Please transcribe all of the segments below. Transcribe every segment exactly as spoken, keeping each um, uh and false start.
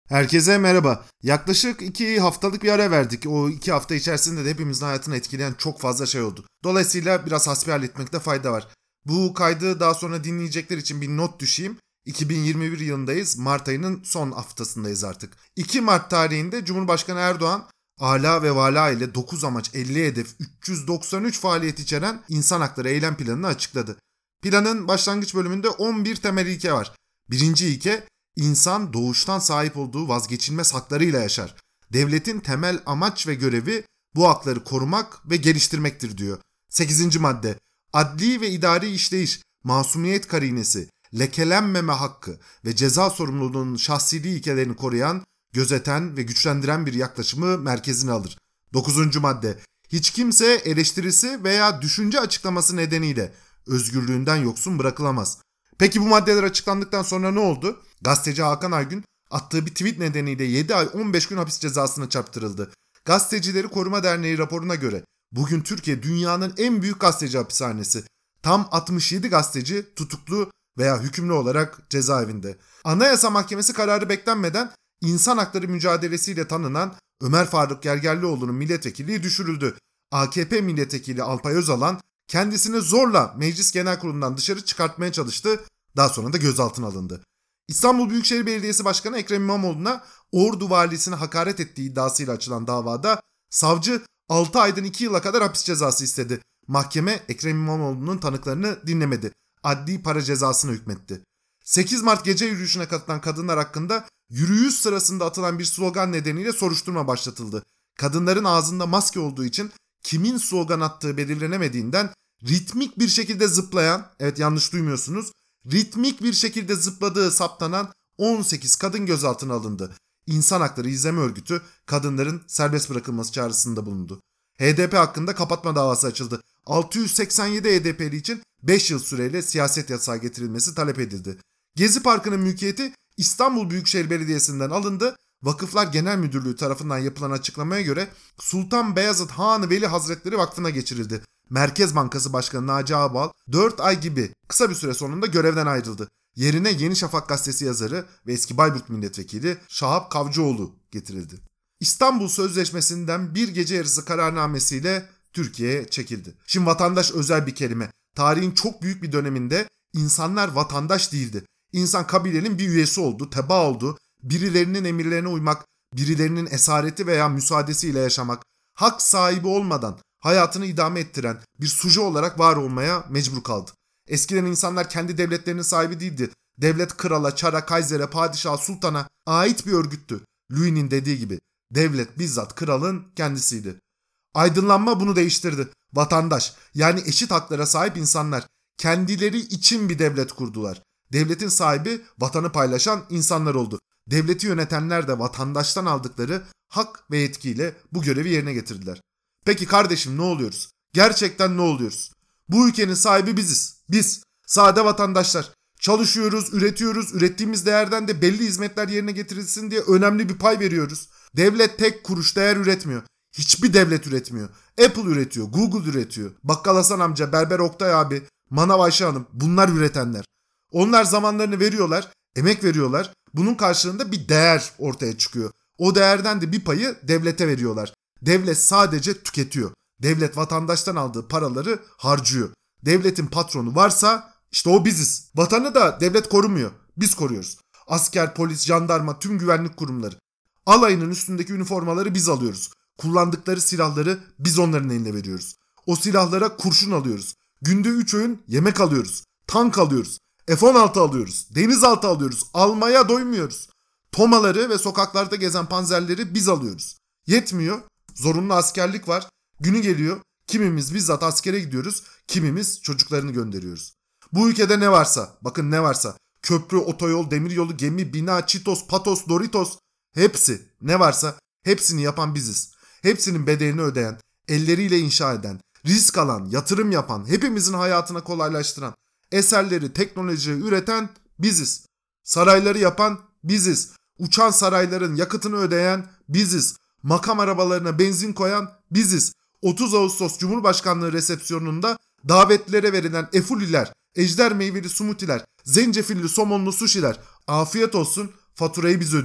Herkese merhaba. Yaklaşık iki haftalık bir ara verdik. O iki hafta içerisinde de hepimizin hayatını etkileyen çok fazla şey oldu. Dolayısıyla biraz hasbihal etmekte fayda var. Bu kaydı daha sonra dinleyecekler için bir not düşeyim. iki bin yirmi bir yılındayız. Mart ayının son haftasındayız artık. iki Mart tarihinde Cumhurbaşkanı Erdoğan, Ala ve Vala ile dokuz amaç elli hedef üç yüz doksan üç faaliyet içeren insan hakları eylem planını açıkladı. Planın başlangıç bölümünde on bir temel ilke var. Birinci ilke, İnsan doğuştan sahip olduğu vazgeçilmez haklarıyla yaşar. Devletin temel amaç ve görevi bu hakları korumak ve geliştirmektir diyor. Sekizinci madde. Adli ve idari işleyiş, masumiyet karinesi, lekelenmeme hakkı ve ceza sorumluluğunun şahsiliği ilkelerini koruyan, gözeten ve güçlendiren bir yaklaşımı merkezine alır. Dokuzuncu madde. Hiç kimse eleştirisi veya düşünce açıklaması nedeniyle özgürlüğünden yoksun bırakılamaz. Peki bu maddeler açıklandıktan sonra ne oldu? Gazeteci Hakan Aygün attığı bir tweet nedeniyle yedi ay on beş gün hapis cezasına çarptırıldı. Gazetecileri Koruma Derneği raporuna göre bugün Türkiye dünyanın en büyük gazeteci hapishanesi. Tam altmış yedi gazeteci tutuklu veya hükümlü olarak cezaevinde. Anayasa Mahkemesi kararı beklenmeden insan hakları mücadelesiyle tanınan Ömer Faruk Gergerlioğlu'nun milletvekilliği düşürüldü. A K P milletvekili Alpay Özalan kendisini zorla Meclis Genel Kurulu'ndan dışarı çıkartmaya çalıştı. Daha sonra da gözaltına alındı. İstanbul Büyükşehir Belediyesi Başkanı Ekrem İmamoğlu'na Ordu valisine hakaret ettiği iddiasıyla açılan davada savcı altı aydan iki yıla kadar hapis cezası istedi. Mahkeme Ekrem İmamoğlu'nun tanıklarını dinlemedi. Adli para cezasına hükmetti. sekiz Mart gece yürüyüşüne katılan kadınlar hakkında yürüyüş sırasında atılan bir slogan nedeniyle soruşturma başlatıldı. Kadınların ağzında maske olduğu için kimin slogan attığı belirlenemediğinden ritmik bir şekilde zıplayan, evet yanlış duymuyorsunuz, ritmik bir şekilde zıpladığı saptanan on sekiz kadın gözaltına alındı. İnsan Hakları İzleme Örgütü kadınların serbest bırakılması çağrısında bulundu. H D P hakkında kapatma davası açıldı. altı yüz seksen yedi H D P'li için beş yıl süreyle siyaset yasağı getirilmesi talep edildi. Gezi Parkı'nın mülkiyeti İstanbul Büyükşehir Belediyesi'nden alındı. Vakıflar Genel Müdürlüğü tarafından yapılan açıklamaya göre Sultan Beyazıt Han Veli Hazretleri Vakfı'na geçirildi. Merkez Bankası Başkanı Naci Ağbal dört ay gibi kısa bir süre sonunda görevden ayrıldı. Yerine Yeni Şafak gazetesi yazarı ve eski Bayburt milletvekili Şahap Kavcıoğlu getirildi. İstanbul Sözleşmesi'nden bir gece yarısı kararnamesiyle Türkiye'ye çekildi. Şimdi vatandaş özel bir kelime. Tarihin çok büyük bir döneminde insanlar vatandaş değildi. İnsan kabilenin bir üyesi oldu, tebaa oldu. Birilerinin emirlerine uymak, birilerinin esareti veya müsaadesiyle yaşamak, hak sahibi olmadan hayatını idame ettiren bir suje olarak var olmaya mecbur kaldı. Eskiden insanlar kendi devletlerinin sahibi değildi. Devlet krala, çara, kaysere, padişaha, sultana ait bir örgüttü. Louis'nin dediği gibi devlet bizzat kralın kendisiydi. Aydınlanma bunu değiştirdi. Vatandaş, yani eşit haklara sahip insanlar kendileri için bir devlet kurdular. Devletin sahibi vatanı paylaşan insanlar oldu. Devleti yönetenler de vatandaştan aldıkları hak ve yetkiyle bu görevi yerine getirdiler. Peki kardeşim ne oluyoruz? Gerçekten ne oluyoruz? Bu ülkenin sahibi biziz. Biz, sade vatandaşlar. Çalışıyoruz, üretiyoruz. Ürettiğimiz değerden de belli hizmetler yerine getirilsin diye önemli bir pay veriyoruz. Devlet tek kuruş değer üretmiyor. Hiçbir devlet üretmiyor. Apple üretiyor, Google üretiyor. Bakkal Hasan amca, Berber Oktay abi, Manav Ayşe Hanım, bunlar üretenler. Onlar zamanlarını veriyorlar, emek veriyorlar. Bunun karşılığında bir değer ortaya çıkıyor. O değerden de bir payı devlete veriyorlar. Devlet sadece tüketiyor. Devlet vatandaştan aldığı paraları harcıyor. Devletin patronu varsa işte o biziz. Vatanı da devlet korumuyor. Biz koruyoruz. Asker, polis, jandarma, tüm güvenlik kurumları. Alayının üstündeki üniformaları biz alıyoruz. Kullandıkları silahları biz onların eline veriyoruz. O silahlara kurşun alıyoruz. Günde üç öğün yemek alıyoruz. Tank alıyoruz. F on altı alıyoruz. Denizaltı alıyoruz. Almaya doymuyoruz. Tomaları ve sokaklarda gezen panzerleri biz alıyoruz. Yetmiyor. Zorunlu askerlik var. Günü geliyor. Kimimiz bizzat askere gidiyoruz. Kimimiz çocuklarını gönderiyoruz. Bu ülkede ne varsa, bakın ne varsa, köprü, otoyol, demiryolu, gemi, bina, çitos, patos, doritos, hepsi ne varsa hepsini yapan biziz. Hepsinin bedelini ödeyen, elleriyle inşa eden, risk alan, yatırım yapan, hepimizin hayatına kolaylaştıran, eserleri, teknolojiyi üreten biziz. Sarayları yapan biziz. Uçan sarayların yakıtını ödeyen biziz. Makam arabalarına benzin koyan biziz. otuz Ağustos Cumhurbaşkanlığı resepsiyonunda davetlere verilen efuliler, ejder meyveli smoothie'ler, zencefilli somonlu suşiler, afiyet olsun, faturayı biz ödüyoruz.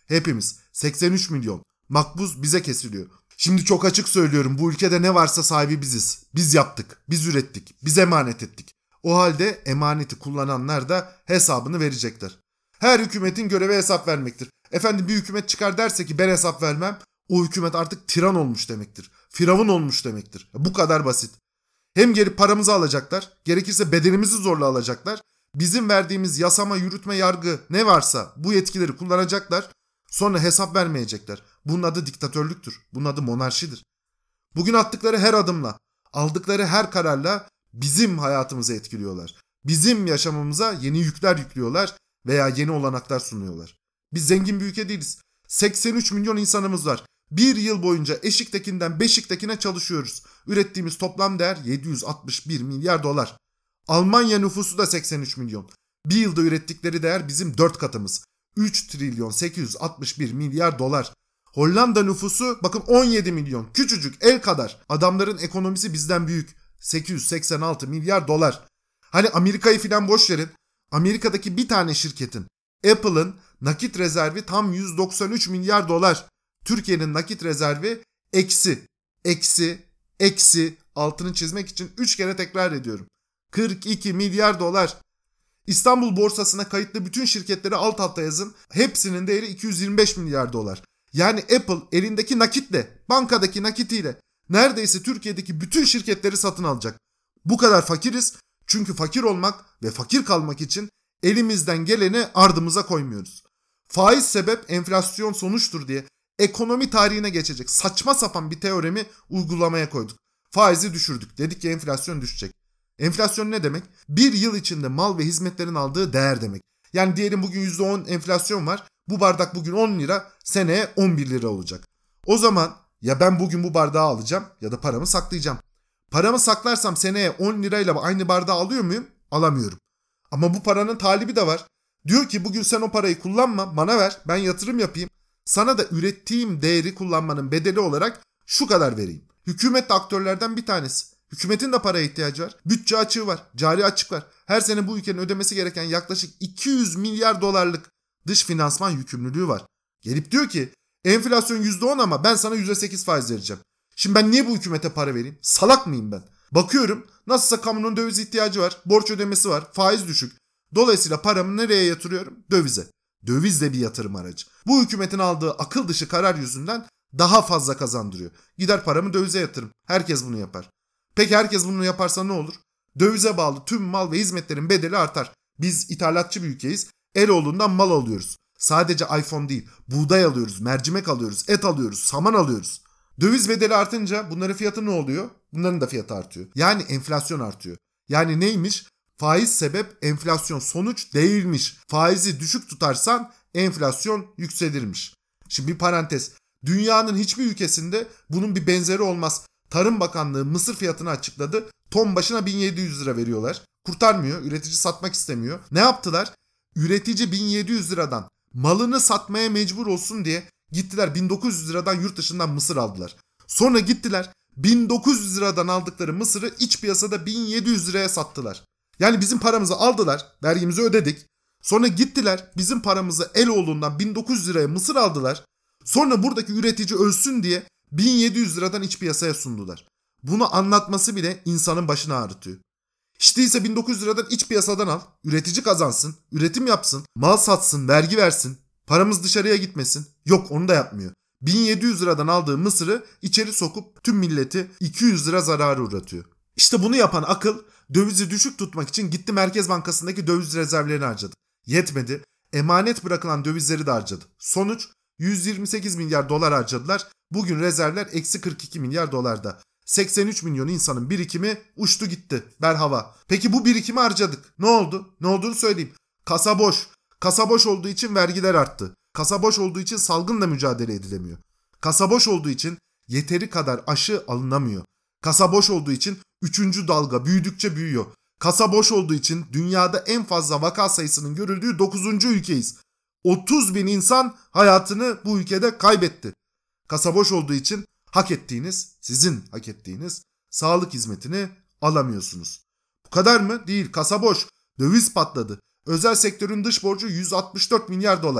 Hepimiz. seksen üç milyon. Makbuz bize kesiliyor. Şimdi çok açık söylüyorum, bu ülkede ne varsa sahibi biziz. Biz yaptık, biz ürettik, biz emanet ettik. O halde emaneti kullananlar da hesabını verecekler. Her hükümetin görevi hesap vermektir. Efendim bir hükümet çıkar derse ki ben hesap vermem, o hükümet artık tiran olmuş demektir. Firavun olmuş demektir. Bu kadar basit. Hem gelip paramızı alacaklar, gerekirse bedenimizi zorla alacaklar. Bizim verdiğimiz yasama, yürütme, yargı ne varsa bu yetkileri kullanacaklar. Sonra hesap vermeyecekler. Bunun adı diktatörlüktür. Bunun adı monarşidir. Bugün attıkları her adımla, aldıkları her kararla bizim hayatımızı etkiliyorlar. Bizim yaşamımıza yeni yükler yüklüyorlar veya yeni olanaklar sunuyorlar. Biz zengin bir ülke değiliz. seksen üç milyon insanımız var. Bir yıl boyunca eşiktekinden beşiktekine çalışıyoruz. Ürettiğimiz toplam değer yedi yüz altmış bir milyar dolar. Almanya nüfusu da seksen üç milyon. Bir yılda ürettikleri değer bizim dört katımız. üç trilyon sekiz yüz altmış bir milyar dolar. Hollanda nüfusu bakın on yedi milyon. Küçücük, el kadar. Adamların ekonomisi bizden büyük. sekiz yüz seksen altı milyar dolar. Hani Amerika'yı filan boş verin. Amerika'daki bir tane şirketin, Apple'ın nakit rezervi tam yüz doksan üç milyar dolar. Türkiye'nin nakit rezervi eksi, eksi, eksi, altını çizmek için üç kere tekrar ediyorum. kırk iki milyar dolar. İstanbul borsasına kayıtlı bütün şirketleri alt alta yazın. Hepsinin değeri iki yüz yirmi beş milyar dolar. Yani Apple elindeki nakitle, bankadaki nakitiyle neredeyse Türkiye'deki bütün şirketleri satın alacak. Bu kadar fakiriz çünkü fakir olmak ve fakir kalmak için elimizden geleni ardımıza koymuyoruz. Faiz sebep, enflasyon sonuçtur diye ekonomi tarihine geçecek saçma sapan bir teoremi uygulamaya koyduk. Faizi düşürdük. Dedik ki enflasyon düşecek. Enflasyon ne demek? Bir yıl içinde mal ve hizmetlerin aldığı değer demek. Yani diyelim bugün yüzde on enflasyon var. Bu bardak bugün on lira, seneye on bir lira olacak. O zaman ya ben bugün bu bardağı alacağım ya da paramı saklayacağım. Paramı saklarsam seneye on lirayla aynı bardağı alıyor muyum? Alamıyorum. Ama bu paranın talibi de var. Diyor ki bugün sen o parayı kullanma, bana ver, ben yatırım yapayım. Sana da ürettiğim değeri kullanmanın bedeli olarak şu kadar vereyim. Hükümet de aktörlerden bir tanesi. Hükümetin de paraya ihtiyacı var. Bütçe açığı var. Cari açık var. Her sene bu ülkenin ödemesi gereken yaklaşık iki yüz milyar dolarlık dış finansman yükümlülüğü var. Gelip diyor ki enflasyon yüzde on ama ben sana yüzde sekiz faiz vereceğim. Şimdi ben niye bu hükümete para vereyim? Salak mıyım ben? Bakıyorum nasılsa kamunun döviz ihtiyacı var. Borç ödemesi var. Faiz düşük. Dolayısıyla paramı nereye yatırıyorum? Dövize. Döviz de bir yatırım aracı. Bu hükümetin aldığı akıl dışı karar yüzünden daha fazla kazandırıyor. Gider paramı dövize yatırım. Herkes bunu yapar. Peki herkes bunu yaparsa ne olur? Dövize bağlı tüm mal ve hizmetlerin bedeli artar. Biz ithalatçı bir ülkeyiz. Eloğlundan mal alıyoruz. Sadece iPhone değil, buğday alıyoruz, mercimek alıyoruz, et alıyoruz, saman alıyoruz. Döviz bedeli artınca bunların fiyatı ne oluyor? Bunların da fiyatı artıyor. Yani enflasyon artıyor. Yani neymiş? Faiz sebep, enflasyon sonuç değilmiş. Faizi düşük tutarsan enflasyon yükselirmiş. Şimdi bir parantez. Dünyanın hiçbir ülkesinde bunun bir benzeri olmaz. Tarım Bakanlığı mısır fiyatını açıkladı. Ton başına bin yedi yüz lira veriyorlar. Kurtarmıyor. Üretici satmak istemiyor. Ne yaptılar? Üretici bin yedi yüz liradan malını satmaya mecbur olsun diye gittiler bin dokuz yüz liradan yurt dışından mısır aldılar. Sonra gittiler bin dokuz yüz liradan aldıkları mısırı iç piyasada bin yedi yüz liraya sattılar. Yani bizim paramızı aldılar, vergimizi ödedik. Sonra gittiler bizim paramızı Eloğlu'ndan bin dokuz yüz liraya mısır aldılar. Sonra buradaki üretici ölsün diye bin yedi yüz liradan iç piyasaya sundular. Bunu anlatması bile insanın başını ağrıtıyor. Hiç değilse bin dokuz yüz liradan iç piyasadan al, üretici kazansın, üretim yapsın, mal satsın, vergi versin, paramız dışarıya gitmesin. Yok, onu da yapmıyor. bin yedi yüz liradan aldığı mısırı içeri sokup tüm milleti iki yüz lira zararı uğratıyor. İşte bunu yapan akıl dövizi düşük tutmak için gitti Merkez Bankası'ndaki döviz rezervlerini harcadı. Yetmedi, emanet bırakılan dövizleri de harcadı. Sonuç yüz yirmi sekiz milyar dolar harcadılar. Bugün rezervler eksi kırk iki milyar dolarda. seksen üç milyon insanın birikimi uçtu gitti berhava. Peki bu birikimi harcadık. Ne oldu? Ne olduğunu söyleyeyim. Kasa boş. Kasa boş olduğu için vergiler arttı. Kasa boş olduğu için salgınla mücadele edilemiyor. Kasa boş olduğu için yeteri kadar aşı alınamıyor. Kasa boş olduğu için üçüncü dalga büyüdükçe büyüyor. Kasa boş olduğu için dünyada en fazla vaka sayısının görüldüğü dokuzuncu ülkeyiz. otuz bin insan hayatını bu ülkede kaybetti. Kasa boş olduğu için hak ettiğiniz, sizin hak ettiğiniz sağlık hizmetini alamıyorsunuz. Bu kadar mı? Değil. Kasa boş. Döviz patladı. Özel sektörün dış borcu yüz altmış dört milyar dolar.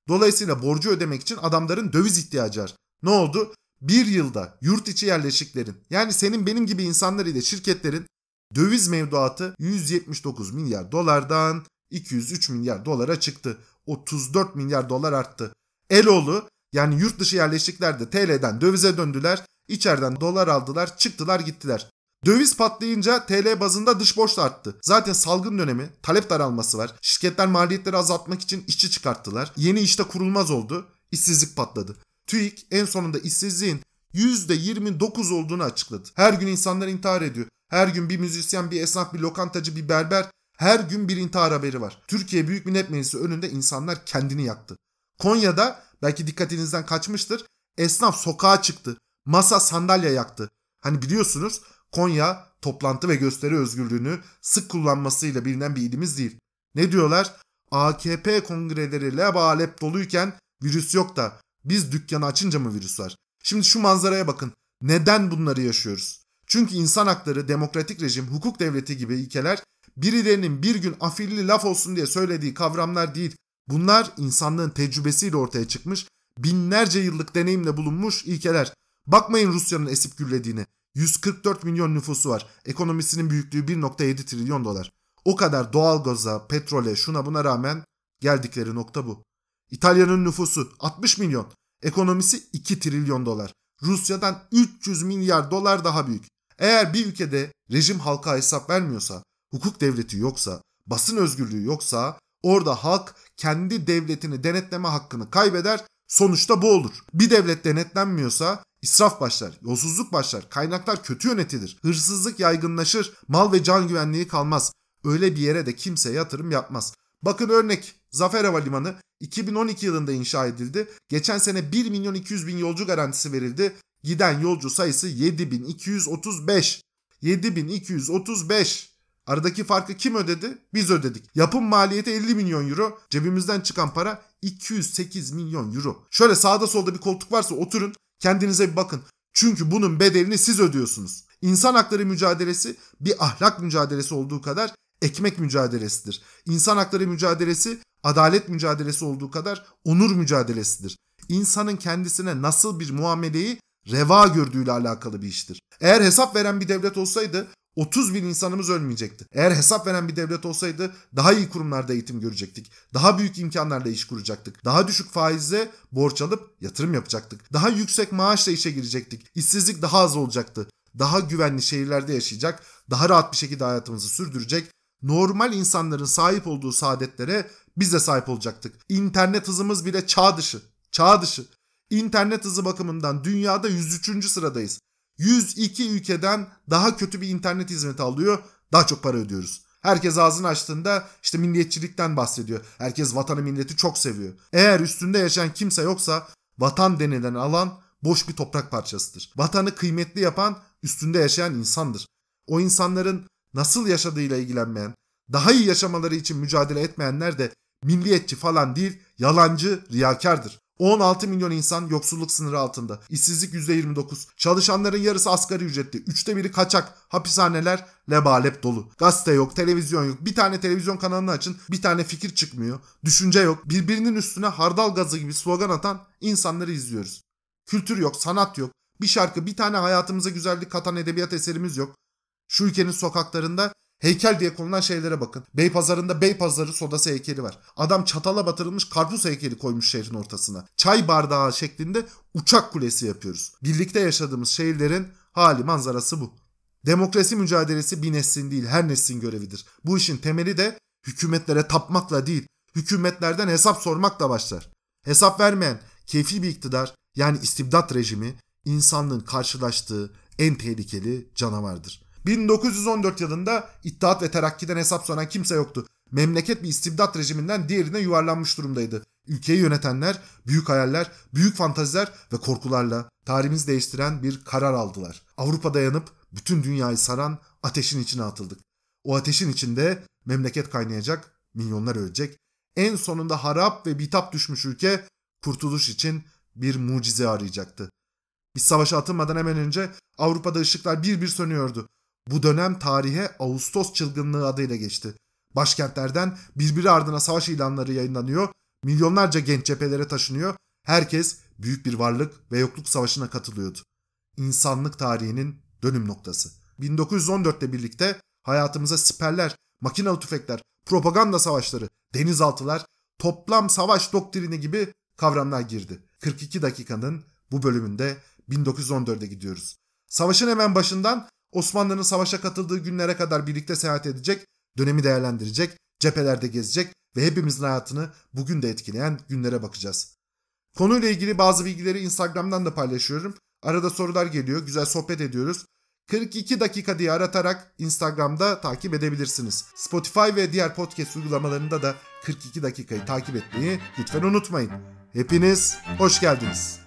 Dolayısıyla borcu ödemek için adamların döviz ihtiyacı var. Ne oldu? Bir yılda yurt içi yerleşiklerin, yani senin benim gibi insanlar ile şirketlerin döviz mevduatı yüz yetmiş dokuz milyar dolardan iki yüz üç milyar dolara çıktı. otuz dört milyar dolar arttı. Eloğlu, yani yurt dışı yerleşikler de T L'den dövize döndüler. İçeriden dolar aldılar, çıktılar gittiler. Döviz patlayınca T L bazında dış borç da arttı. Zaten salgın dönemi, talep daralması var. Şirketler maliyetleri azaltmak için işçi çıkarttılar. Yeni işte kurulmaz oldu. İşsizlik patladı. TÜİK en sonunda işsizliğin yüzde yirmi dokuz olduğunu açıkladı. Her gün insanlar intihar ediyor. Her gün bir müzisyen, bir esnaf, bir lokantacı, bir berber, her gün bir intihar haberi var. Türkiye Büyük Millet Meclisi önünde insanlar kendini yaktı. Konya'da, belki dikkatinizden kaçmıştır, esnaf sokağa çıktı. Masa sandalye yaktı. Hani biliyorsunuz Konya toplantı ve gösteri özgürlüğünü sık kullanmasıyla bilinen bir ilimiz değil. Ne diyorlar? A K P kongreleri lebalep doluyken virüs yok da biz dükkanı açınca mı virüs var? Şimdi şu manzaraya bakın. Neden bunları yaşıyoruz? Çünkü insan hakları, demokratik rejim, hukuk devleti gibi ilkeler birilerinin bir gün afilli laf olsun diye söylediği kavramlar değil. Bunlar insanlığın tecrübesiyle ortaya çıkmış, binlerce yıllık deneyimle bulunmuş ilkeler. Bakmayın Rusya'nın esip gürlediğine. yüz kırk dört milyon nüfusu var. Ekonomisinin büyüklüğü bir virgül yedi trilyon dolar. O kadar doğalgaza, petrole, şuna buna rağmen geldikleri nokta bu. İtalya'nın nüfusu altmış milyon. Ekonomisi iki trilyon dolar. Rusya'dan üç yüz milyar dolar daha büyük. Eğer bir ülkede rejim halka hesap vermiyorsa, hukuk devleti yoksa, basın özgürlüğü yoksa, orada halk kendi devletini denetleme hakkını kaybeder. Sonuçta bu olur. Bir devlet denetlenmiyorsa israf başlar, yolsuzluk başlar, kaynaklar kötü yönetilir, hırsızlık yaygınlaşır, mal ve can güvenliği kalmaz. Öyle bir yere de kimse yatırım yapmaz. Bakın örnek, Zafer Havalimanı iki bin on iki yılında inşa edildi. Geçen sene bir milyon iki yüz bin yolcu garantisi verildi. Giden yolcu sayısı yedi bin iki yüz otuz beş. yedi bin iki yüz otuz beş. Aradaki farkı kim ödedi? Biz ödedik. Yapım maliyeti elli milyon euro. Cebimizden çıkan para iki yüz sekiz milyon euro. Şöyle sağda solda bir koltuk varsa oturun, kendinize bir bakın. Çünkü bunun bedelini siz ödüyorsunuz. İnsan hakları mücadelesi bir ahlak mücadelesi olduğu kadar ekmek mücadelesidir. İnsan hakları mücadelesi adalet mücadelesi olduğu kadar onur mücadelesidir. İnsanın kendisine nasıl bir muameleyi reva gördüğüyle alakalı bir iştir. Eğer hesap veren bir devlet olsaydı otuz bin insanımız ölmeyecekti. Eğer hesap veren bir devlet olsaydı daha iyi kurumlarda eğitim görecektik. Daha büyük imkanlarla iş kuracaktık. Daha düşük faizle borç alıp yatırım yapacaktık. Daha yüksek maaşla işe girecektik. İşsizlik daha az olacaktı. Daha güvenli şehirlerde yaşayacak. Daha rahat bir şekilde hayatımızı sürdürecek. Normal insanların sahip olduğu saadetlere biz de sahip olacaktık. İnternet hızımız bile çağ dışı. Çağ dışı. İnternet hızı bakımından dünyada yüz üçüncü sıradayız. yüz iki ülkeden daha kötü bir internet hizmeti alıyor, daha çok para ödüyoruz. Herkes ağzını açtığında işte milliyetçilikten bahsediyor. Herkes vatanı milleti çok seviyor. Eğer üstünde yaşayan kimse yoksa vatan denilen alan boş bir toprak parçasıdır. Vatanı kıymetli yapan üstünde yaşayan insandır. O insanların nasıl yaşadığıyla ilgilenmeyen, daha iyi yaşamaları için mücadele etmeyenler de milliyetçi falan değil, yalancı, riyakardır. on altı milyon insan yoksulluk sınırı altında. İşsizlik yüzde yirmi dokuz. Çalışanların yarısı asgari ücretli. Üçte biri kaçak. Hapishaneler lebalep dolu. Gazete yok, televizyon yok. Bir tane televizyon kanalını açın, bir tane fikir çıkmıyor. Düşünce yok. Birbirinin üstüne hardal gazı gibi slogan atan insanları izliyoruz. Kültür yok, sanat yok. Bir şarkı, bir tane hayatımıza güzellik katan edebiyat eserimiz yok. Şu ülkenin sokaklarında heykel diye konulan şeylere bakın. Beypazarı'nda Beypazarı sodası heykeli var. Adam çatala batırılmış karpuz heykeli koymuş şehrin ortasına. Çay bardağı şeklinde uçak kulesi yapıyoruz. Birlikte yaşadığımız şehirlerin hali manzarası bu. Demokrasi mücadelesi bir neslin değil, her neslin görevidir. Bu işin temeli de hükümetlere tapmakla değil, hükümetlerden hesap sormakla başlar. Hesap vermeyen keyfi bir iktidar, yani istibdat rejimi, insanlığın karşılaştığı en tehlikeli canavardır. bin dokuz yüz on dört yılında İttihat ve Terakki'den hesap soran kimse yoktu. Memleket bir istibdat rejiminden diğerine yuvarlanmış durumdaydı. Ülkeyi yönetenler büyük hayaller, büyük fantaziler ve korkularla tarihimizi değiştiren bir karar aldılar. Avrupa'da yanıp bütün dünyayı saran ateşin içine atıldık. O ateşin içinde memleket kaynayacak, milyonlar ölecek. En sonunda harap ve bitap düşmüş ülke kurtuluş için bir mucize arayacaktı. Biz savaşa atılmadan hemen önce Avrupa'da ışıklar bir bir sönüyordu. Bu dönem tarihe Ağustos çılgınlığı adıyla geçti. Başkentlerden birbiri ardına savaş ilanları yayınlanıyor Milyonlarca genç cephelere taşınıyor. Herkes büyük bir varlık ve yokluk savaşına katılıyordu. İnsanlık tarihinin dönüm noktası. bin dokuz yüz on dörtle birlikte hayatımıza siperler, makinalı tüfekler, propaganda savaşları, denizaltılar, toplam savaş doktrini gibi kavramlar girdi. kırk iki dakikanın bu bölümünde bin dokuz yüz on dörde gidiyoruz. Savaşın hemen başından Osmanlı'nın savaşa katıldığı günlere kadar birlikte seyahat edecek, dönemi değerlendirecek, cephelerde gezecek ve hepimizin hayatını bugün de etkileyen günlere bakacağız. Konuyla ilgili bazı bilgileri Instagram'dan da paylaşıyorum. Arada sorular geliyor, güzel sohbet ediyoruz. kırk iki dakika diye aratarak Instagram'da takip edebilirsiniz. Spotify ve diğer podcast uygulamalarında da kırk iki dakikayı takip etmeyi lütfen unutmayın. Hepiniz hoş geldiniz.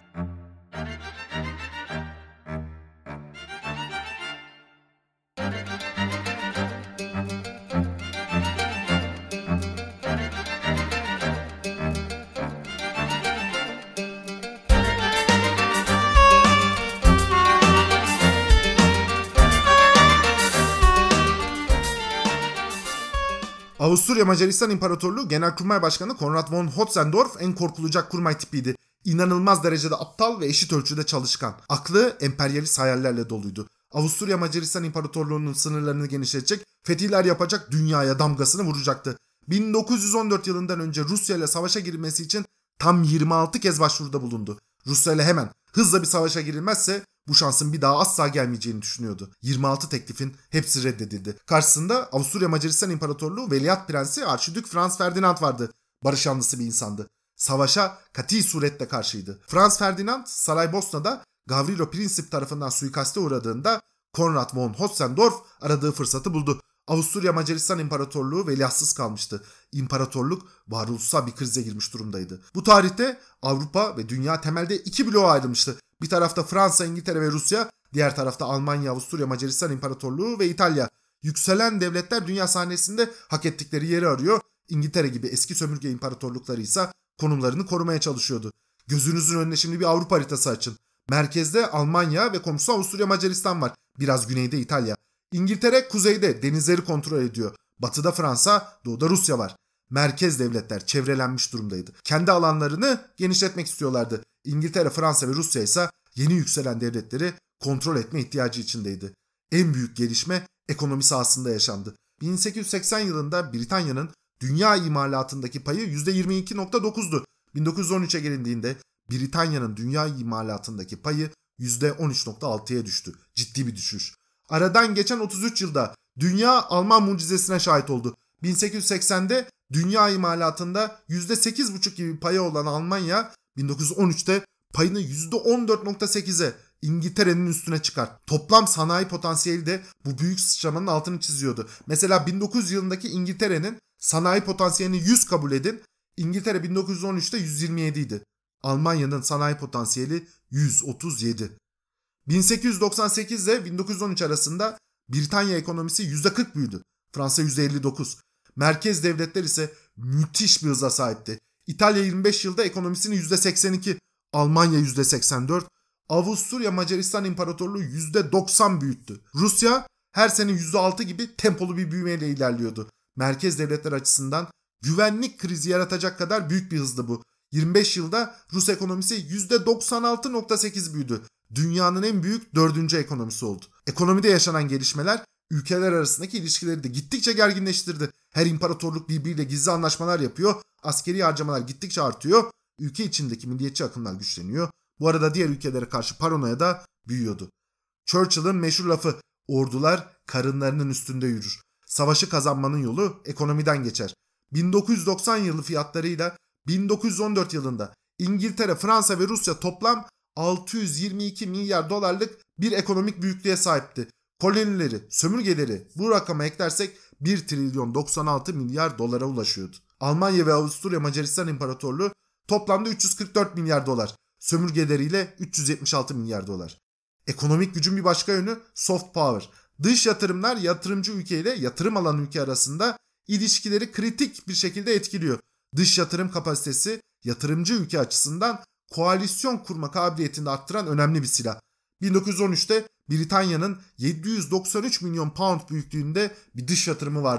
Avusturya Macaristan İmparatorluğu Genelkurmay Başkanı Konrad von Hotzendorf en korkulacak kurmay tipiydi. İnanılmaz derecede aptal ve eşit ölçüde çalışkan. Aklı emperyalist hayallerle doluydu. Avusturya Macaristan İmparatorluğu'nun sınırlarını genişletecek, fetihler yapacak, dünyaya damgasını vuracaktı. bin dokuz yüz on dört yılından önce Rusya ile savaşa girilmesi için tam yirmi altı kez başvuruda bulundu. Rusya ile hemen hızla bir savaşa girilmezse bu şansın bir daha asla gelmeyeceğini düşünüyordu. yirmi altı teklifin hepsi reddedildi. Karşısında Avusturya Macaristan İmparatorluğu Veliaht Prensi Arşidük Franz Ferdinand vardı. Barış yanlısı bir insandı. Savaşa kati suretle karşıydı. Franz Ferdinand Saraybosna'da Gavrilo Princip tarafından suikaste uğradığında Konrad von Hotzendorf aradığı fırsatı buldu. Avusturya Macaristan İmparatorluğu veliahtsız kalmıştı. İmparatorluk varoluşsal bir krize girmiş durumdaydı. Bu tarihte Avrupa ve dünya temelde iki bloğa ayrılmıştı. Bir tarafta Fransa, İngiltere ve Rusya, diğer tarafta Almanya, Avusturya Macaristan İmparatorluğu ve İtalya. Yükselen devletler dünya sahnesinde hak ettikleri yeri arıyor. İngiltere gibi eski sömürge imparatorlukları ise konumlarını korumaya çalışıyordu. Gözünüzün önüne şimdi bir Avrupa haritası açın. Merkezde Almanya ve komşusu Avusturya Macaristan var. Biraz güneyde İtalya. İngiltere kuzeyde denizleri kontrol ediyor. Batıda Fransa, doğuda Rusya var. Merkez devletler çevrelenmiş durumdaydı. Kendi alanlarını genişletmek istiyorlardı. İngiltere, Fransa ve Rusya ise yeni yükselen devletleri kontrol etme ihtiyacı içindeydi. En büyük gelişme ekonomi sahasında yaşandı. bin sekiz yüz seksen yılında Britanya'nın dünya imalatındaki payı yüzde yirmi iki virgül dokuzdu. bin dokuz yüz on üçe gelindiğinde Britanya'nın dünya imalatındaki payı yüzde on üç virgül altıya düştü. Ciddi bir düşüş. Aradan geçen otuz üç yılda dünya Alman mucizesine şahit oldu. bin sekiz yüz seksende dünya imalatında yüzde sekiz virgül beş gibi payı olan Almanya bin dokuz yüz on üçte payını yüzde on dört virgül sekize İngiltere'nin üstüne çıkar. Toplam sanayi potansiyeli de bu büyük sıçramanın altını çiziyordu. Mesela bin dokuz yüz yılındaki İngiltere'nin sanayi potansiyelini yüz kabul edin. İngiltere bin dokuz yüz on üçte yüz yirmi yedi idi. Almanya'nın sanayi potansiyeli yüz otuz yedi. bin sekiz yüz doksan sekiz ile bin dokuz yüz on üç arasında Britanya ekonomisi yüzde kırk büyüdü. Fransa yüzde elli dokuz. Merkez devletler ise müthiş bir hıza sahipti. İtalya yirmi beş yılda ekonomisini yüzde seksen iki, Almanya yüzde seksen dört, Avusturya Macaristan İmparatorluğu yüzde doksan büyüttü. Rusya her sene yüzde altı gibi tempolu bir büyümeyle ilerliyordu. Merkez devletler açısından güvenlik krizi yaratacak kadar büyük bir hızdı bu. yirmi beş yılda Rus ekonomisi yüzde doksan altı virgül sekiz büyüdü. Dünyanın en büyük dördüncü ekonomisi oldu. Ekonomide yaşanan gelişmeler ülkeler arasındaki ilişkileri de gittikçe gerginleştirdi. Her imparatorluk birbiriyle gizli anlaşmalar yapıyor. Askeri harcamalar gittikçe artıyor. Ülke içindeki milliyetçi akımlar güçleniyor. Bu arada diğer ülkelere karşı paranoya da büyüyordu. Churchill'ın meşhur lafı, ordular karınlarının üstünde yürür. Savaşı kazanmanın yolu ekonomiden geçer. bin dokuz yüz doksan yılı fiyatlarıyla bin dokuz yüz on dört yılında İngiltere, Fransa ve Rusya toplam altı yüz yirmi iki milyar dolarlık bir ekonomik büyüklüğe sahipti. Kolonileri, sömürgeleri bu rakama eklersek bir trilyon doksan altı milyar dolara ulaşıyordu. Almanya ve Avusturya Macaristan İmparatorluğu toplamda üç yüz kırk dört milyar dolar, sömürgeleriyle üç yüz yetmiş altı milyar dolar. Ekonomik gücün bir başka yönü soft power. Dış yatırımlar yatırımcı ülke ile yatırım alan ülke arasında ilişkileri kritik bir şekilde etkiliyor. Dış yatırım kapasitesi yatırımcı ülke açısından koalisyon kurma kabiliyetini de arttıran önemli bir silah. bin dokuz yüz on üçte Britanya'nın yedi yüz doksan üç milyon pound büyüklüğünde bir dış yatırımı vardı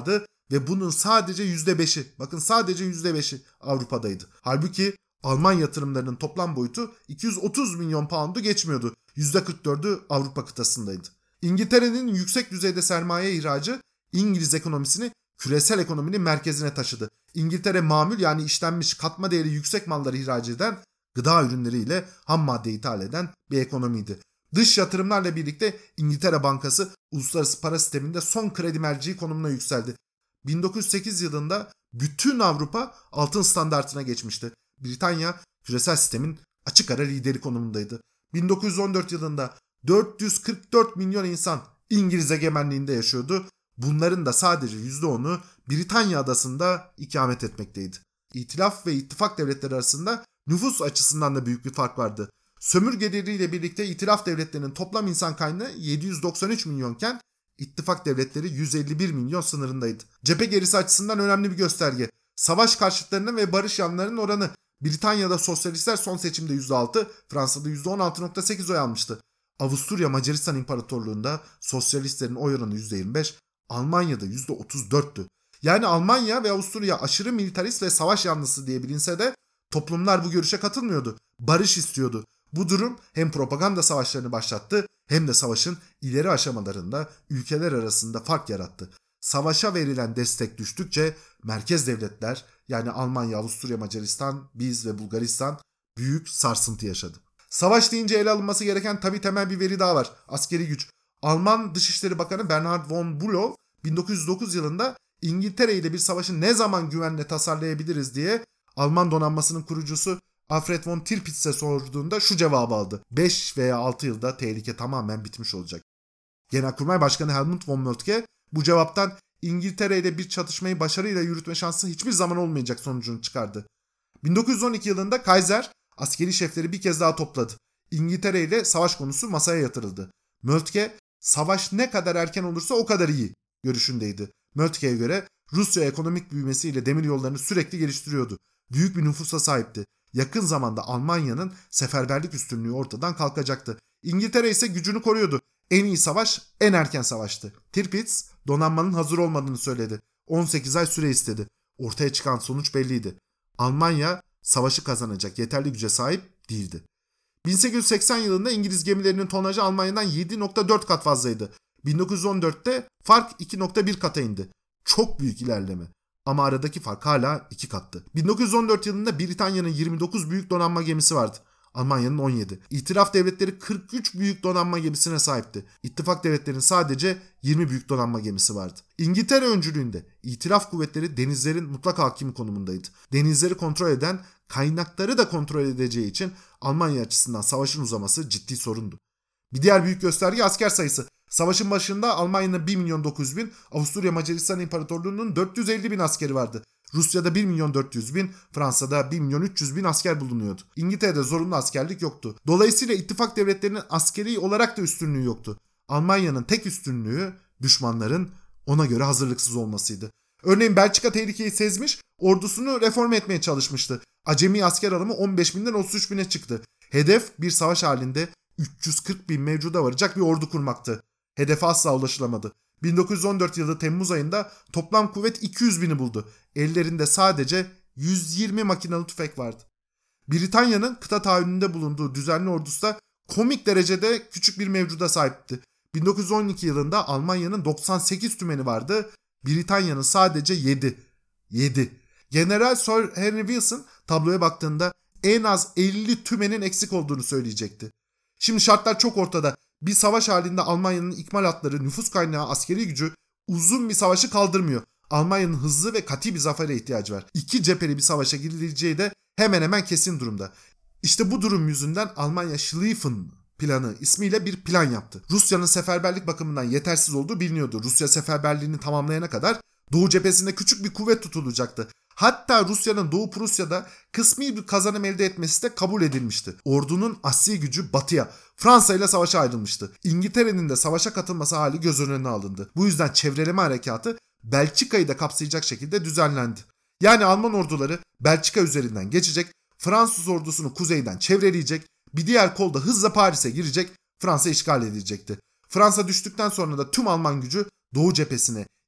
ve bunun sadece yüzde beşi, bakın sadece yüzde beşi Avrupa'daydı. Halbuki Alman yatırımlarının toplam boyutu iki yüz otuz milyon pound'u geçmiyordu. yüzde kırk dördü Avrupa kıtasındaydı. İngiltere'nin yüksek düzeyde sermaye ihracı İngiliz ekonomisini küresel ekonominin merkezine taşıdı. İngiltere mamul, yani işlenmiş katma değeri yüksek malları ihraç eden, gıda ürünleriyle ham madde ithal eden bir ekonomiydi. Dış yatırımlarla birlikte İngiltere Bankası uluslararası para sisteminde son kredi merci konumuna yükseldi. bin dokuz yüz sekiz yılında bütün Avrupa altın standartına geçmişti. Britanya küresel sistemin açık ara lideri konumundaydı. bin dokuz yüz on dört yılında dört yüz kırk dört milyon insan İngiliz egemenliğinde yaşıyordu. Bunların da sadece yüzde onu Britanya adasında ikamet etmekteydi. İtilaf ve ittifak devletleri arasında nüfus açısından da büyük bir fark vardı. Sömürgeleriyle birlikte itilaf devletlerinin toplam insan kaynağı yedi yüz doksan üç milyonken ittifak devletleri yüz elli bir milyon sınırındaydı. Cephe gerisi açısından önemli bir gösterge. Savaş karşıtlarının ve barış yanlarının oranı. Britanya'da sosyalistler son seçimde yüzde altı, Fransa'da yüzde on altı virgül sekiz oy almıştı. Avusturya Macaristan İmparatorluğu'nda sosyalistlerin oy oranı yüzde yirmi beş, Almanya'da yüzde otuz dörttü. Yani Almanya ve Avusturya aşırı militarist ve savaş yanlısı diye bilinse de toplumlar bu görüşe katılmıyordu. Barış istiyordu. Bu durum hem propaganda savaşlarını başlattı hem de savaşın ileri aşamalarında ülkeler arasında fark yarattı. Savaşa verilen destek düştükçe merkez devletler, yani Almanya, Avusturya, Macaristan, biz ve Bulgaristan büyük sarsıntı yaşadı. Savaş deyince ele alınması gereken tabii temel bir veri daha var: askeri güç. Alman Dışişleri Bakanı Bernhard von Bülow bin dokuz yüz dokuz yılında İngiltere ile bir savaşı ne zaman güvenle tasarlayabiliriz diye Alman donanmasının kurucusu Alfred von Tirpitz'e sorduğunda şu cevabı aldı: beş veya altı yılda tehlike tamamen bitmiş olacak. Genelkurmay Başkanı Helmut von Moltke bu cevaptan İngiltere ile bir çatışmayı başarıyla yürütme şansı hiçbir zaman olmayacak sonucunu çıkardı. bin dokuz yüz on iki yılında Kaiser askeri şefleri bir kez daha topladı. İngiltere ile savaş konusu masaya yatırıldı. Moltke, savaş ne kadar erken olursa o kadar iyi görüşündeydi. Moltke'ye göre Rusya ekonomik büyümesiyle demiryollarını sürekli geliştiriyordu. Büyük bir nüfusa sahipti. Yakın zamanda Almanya'nın seferberlik üstünlüğü ortadan kalkacaktı. İngiltere ise gücünü koruyordu. En iyi savaş en erken savaştı. Tirpitz donanmanın hazır olmadığını söyledi. on sekiz ay süre istedi. Ortaya çıkan sonuç belliydi. Almanya savaşı kazanacak yeterli güce sahip değildi. bin sekiz yüz seksen yılında İngiliz gemilerinin tonajı Almanya'dan yedi virgül dört kat fazlaydı. bin dokuz yüz on dörtte fark iki virgül bir kata indi. Çok büyük ilerleme. Ama aradaki fark hala iki kattı. bin dokuz yüz on dört yılında Britanya'nın yirmi dokuz büyük donanma gemisi vardı. Almanya'nın on yedi. İtilaf devletleri kırk üç büyük donanma gemisine sahipti. İttifak devletlerinin sadece yirmi büyük donanma gemisi vardı. İngiltere öncülüğünde İtilaf kuvvetleri denizlerin mutlak hakimi konumundaydı. Denizleri kontrol eden, kaynakları da kontrol edeceği için Almanya açısından savaşın uzaması ciddi sorundu. Bir diğer büyük gösterge asker sayısı. Savaşın başında Almanya'nın bir milyon dokuz yüz bin, Avusturya Macaristan İmparatorluğu'nun dört yüz elli bin askeri vardı. Rusya'da bir milyon dört yüz bin, Fransa'da bir milyon üç yüz bin asker bulunuyordu. İngiltere'de zorunlu askerlik yoktu. Dolayısıyla ittifak devletlerinin askeri olarak da üstünlüğü yoktu. Almanya'nın tek üstünlüğü düşmanların ona göre hazırlıksız olmasıydı. Örneğin Belçika tehlikeyi sezmiş, ordusunu reform etmeye çalışmıştı. Acemi asker alımı on beş binden otuz üç bine çıktı. Hedef bir savaş halinde üç yüz kırk bin mevcuda varacak bir ordu kurmaktı. Hedefe asla ulaşılamadı. bin dokuz yüz on dört yılı Temmuz ayında toplam kuvvet iki yüz bini buldu. Ellerinde sadece yüz yirmi makinalı tüfek vardı. Britanya'nın kıta tahayyülünde bulunduğu düzenli ordusu da komik derecede küçük bir mevcuda sahipti. bin dokuz yüz on iki yılında Almanya'nın doksan sekiz tümeni vardı. Britanya'nın sadece yedi. yedi. General Sir Henry Wilson tabloya baktığında en az elli tümenin eksik olduğunu söyleyecekti. Şimdi şartlar çok ortada. Bir savaş halinde Almanya'nın ikmal hatları, nüfus kaynağı, askeri gücü uzun bir savaşı kaldırmıyor. Almanya'nın hızlı ve katı bir zafere ihtiyacı var. İki cepheli bir savaşa girileceği de hemen hemen kesin durumda. İşte bu durum yüzünden Almanya Schlieffen planı ismiyle bir plan yaptı. Rusya'nın seferberlik bakımından yetersiz olduğu biliniyordu. Rusya seferberliğini tamamlayana kadar Doğu cephesinde küçük bir kuvvet tutulacaktı. Hatta Rusya'nın Doğu Prusya'da kısmi bir kazanım elde etmesi de kabul edilmişti. Ordunun asli gücü batıya, Fransa ile savaşa ayrılmıştı. İngiltere'nin de savaşa katılması hali göz önüne alındı. Bu yüzden çevreleme harekatı Belçika'yı da kapsayacak şekilde düzenlendi. Yani Alman orduları Belçika üzerinden geçecek, Fransız ordusunu kuzeyden çevreleyecek, bir diğer kolda hızla Paris'e girecek, Fransa işgal edilecekti. Fransa düştükten sonra da tüm Alman gücü Doğu cephesine,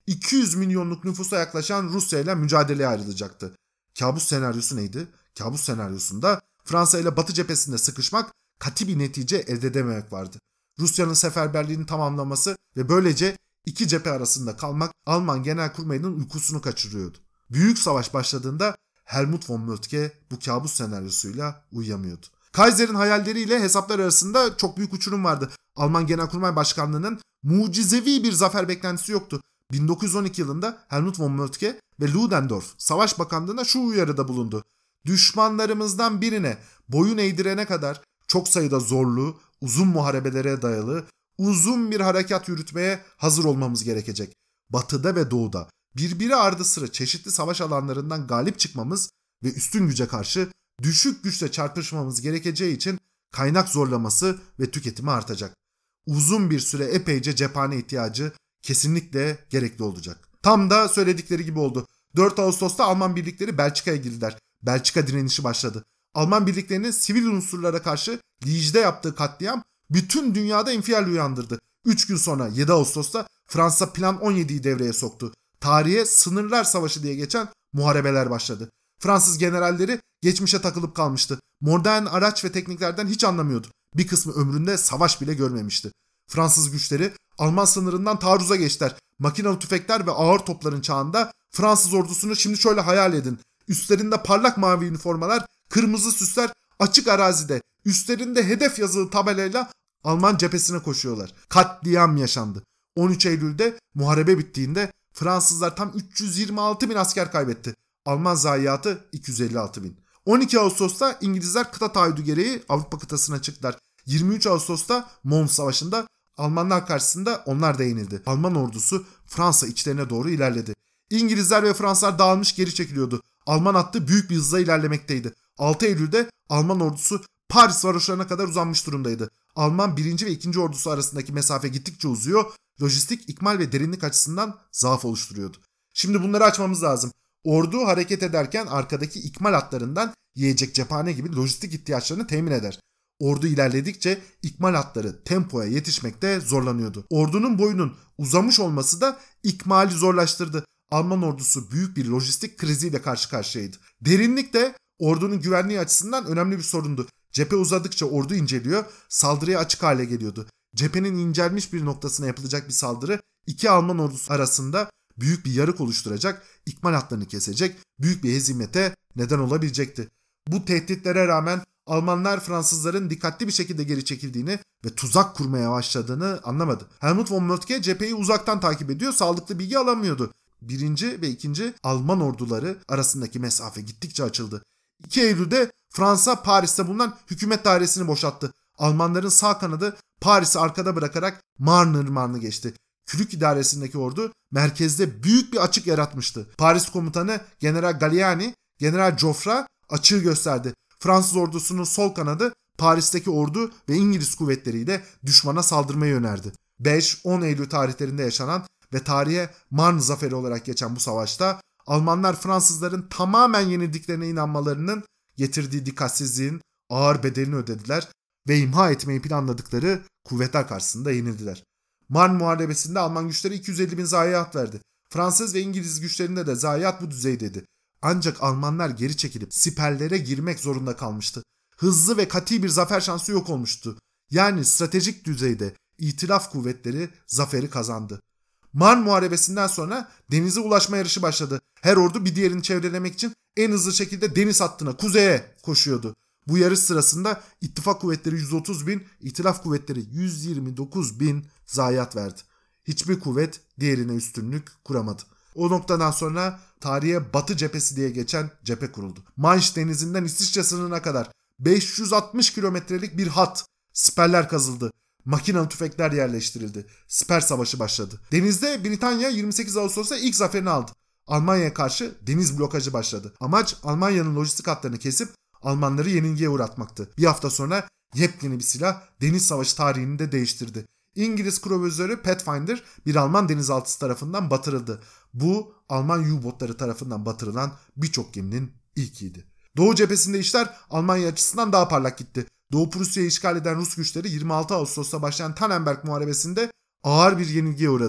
iki yüz milyonluk nüfusa yaklaşan Rusya ile mücadeleye ayrılacaktı. Kabus senaryosu neydi? Kabus senaryosunda Fransa ile Batı cephesinde sıkışmak, katı bir netice elde edememek vardı. Rusya'nın seferberliğini tamamlaması ve böylece iki cephe arasında kalmak Alman Genelkurmay'ın uykusunu kaçırıyordu. Büyük savaş başladığında Helmut von Moltke bu kabus senaryosuyla uyuyamıyordu. Kaiser'in hayalleriyle hesaplar arasında çok büyük uçurum vardı. Alman Genelkurmay Başkanlığı'nın mucizevi bir zafer beklentisi yoktu. bin dokuz yüz on iki yılında Helmut von Moltke ve Ludendorff Savaş Bakanlığı'na şu uyarıda bulundu. Düşmanlarımızdan birine boyun eğdirene kadar çok sayıda zorlu, uzun muharebelere dayalı, uzun bir harekat yürütmeye hazır olmamız gerekecek. Batıda ve doğuda birbiri ardı sıra çeşitli savaş alanlarından galip çıkmamız ve üstün güce karşı düşük güçle çarpışmamız gerekeceği için kaynak zorlaması ve tüketimi artacak. Uzun bir süre epeyce cephane ihtiyacı kesinlikle gerekli olacak. Tam da söyledikleri gibi oldu. dört Ağustos'ta Alman birlikleri Belçika'ya girdiler. Belçika direnişi başladı. Alman birliklerinin sivil unsurlara karşı Liège'de yaptığı katliam bütün dünyada infial uyandırdı. üç gün sonra yedi Ağustos'ta Fransa Plan on yediyi devreye soktu. Tarihe Sınırlar Savaşı diye geçen muharebeler başladı. Fransız generalleri geçmişe takılıp kalmıştı. Modern araç ve tekniklerden hiç anlamıyordu. Bir kısmı ömründe savaş bile görmemişti. Fransız güçleri Alman sınırından taarruza geçtiler. Makinalı tüfekler ve ağır topların çağında Fransız ordusunu şimdi şöyle hayal edin. Üstlerinde parlak mavi üniformalar, kırmızı süsler, açık arazide, üstlerinde hedef yazılı tabelayla Alman cephesine koşuyorlar. Katliam yaşandı. on üç Eylül'de muharebe bittiğinde Fransızlar tam üç yüz yirmi altı bin asker kaybetti. Alman zayiatı iki yüz elli altı bin. on iki Ağustos'ta İngilizler kıta taahhüdü gereği Avrupa kıtasına çıktılar. yirmi üç Ağustos'ta Mons Savaşı'nda Almanlar karşısında onlar da yenildi. Alman ordusu Fransa içlerine doğru ilerledi. İngilizler ve Fransızlar dağılmış geri çekiliyordu. Alman hattı büyük bir hızla ilerlemekteydi. altı Eylül'de Alman ordusu Paris varoşlarına kadar uzanmış durumdaydı. Alman birinci ve ikinci ordusu arasındaki mesafe gittikçe uzuyor, lojistik, ikmal ve derinlik açısından zaaf oluşturuyordu. Şimdi bunları açmamız lazım. Ordu hareket ederken arkadaki ikmal hatlarından yiyecek, cephane gibi lojistik ihtiyaçlarını temin eder. Ordu ilerledikçe ikmal hatları tempoya yetişmekte zorlanıyordu. Ordunun boyunun uzamış olması da ikmali zorlaştırdı. Alman ordusu büyük bir lojistik kriziyle karşı karşıyaydı. Derinlik de ordunun güvenliği açısından önemli bir sorundu. Cephe uzadıkça ordu inceliyor, saldırıya açık hale geliyordu. Cephenin incelmiş bir noktasına yapılacak bir saldırı iki Alman ordusu arasında büyük bir yarık oluşturacak, ikmal hatlarını kesecek, büyük bir hezimete neden olabilecekti. Bu tehditlere rağmen Almanlar Fransızların dikkatli bir şekilde geri çekildiğini ve tuzak kurmaya başladığını anlamadı. Helmut von Moltke cepheyi uzaktan takip ediyor, sağlıklı bilgi alamıyordu. Birinci ve ikinci Alman orduları arasındaki mesafe gittikçe açıldı. iki Eylül'de Fransa Paris'te bulunan hükümet dairesini boşalttı. Almanların sağ kanadı Paris'i arkada bırakarak Marne Irmağı'nı geçti. Kürük idaresindeki ordu merkezde büyük bir açık yaratmıştı. Paris komutanı General Gallieni, General Joffre açığı gösterdi. Fransız ordusunun sol kanadı Paris'teki ordu ve İngiliz kuvvetleriyle düşmana saldırmayı önerdi. beş on Eylül tarihlerinde yaşanan ve tarihe Marne Zaferi olarak geçen bu savaşta Almanlar Fransızların tamamen yenildiklerine inanmalarının getirdiği dikkatsizliğin ağır bedelini ödediler ve imha etmeyi planladıkları kuvvetler karşısında yenildiler. Marne Muharebesi'nde Alman güçleri iki yüz elli bin zayiat verdi. Fransız ve İngiliz güçlerinde de zayiat bu düzeydeydi. Ancak Almanlar geri çekilip siperlere girmek zorunda kalmıştı. Hızlı ve katı bir zafer şansı yok olmuştu. Yani stratejik düzeyde İtilaf kuvvetleri zaferi kazandı. Marne Muharebesi'nden sonra denize ulaşma yarışı başladı. Her ordu bir diğerini çevrelemek için en hızlı şekilde deniz hattına, kuzeye koşuyordu. Bu yarış sırasında ittifak kuvvetleri yüz otuz bin, İtilaf kuvvetleri yüz yirmi dokuz bin zayiat verdi. Hiçbir kuvvet diğerine üstünlük kuramadı. O noktadan sonra tarihe Batı cephesi diye geçen cephe kuruldu. Manş denizinden İsviçre sınırına kadar beş yüz altmış kilometrelik bir hat, siperler kazıldı. Makinalı tüfekler yerleştirildi. Siper savaşı başladı. Denizde Britanya yirmi sekiz Ağustos'ta ilk zaferini aldı. Almanya'ya karşı deniz blokajı başladı. Amaç Almanya'nın lojistik hatlarını kesip Almanları yenilgiye uğratmaktı. Bir hafta sonra yepyeni bir silah deniz savaşı tarihini de değiştirdi. İngiliz kruvazörü Pathfinder bir Alman denizaltısı tarafından batırıldı. Bu Alman U-botları tarafından batırılan birçok geminin ilkiydi. Doğu cephesinde işler Almanya açısından daha parlak gitti. Doğu Prusya'yı işgal eden Rus güçleri yirmi altı Ağustos'ta başlayan Tannenberg Muharebesi'nde ağır bir yenilgiye uğradı.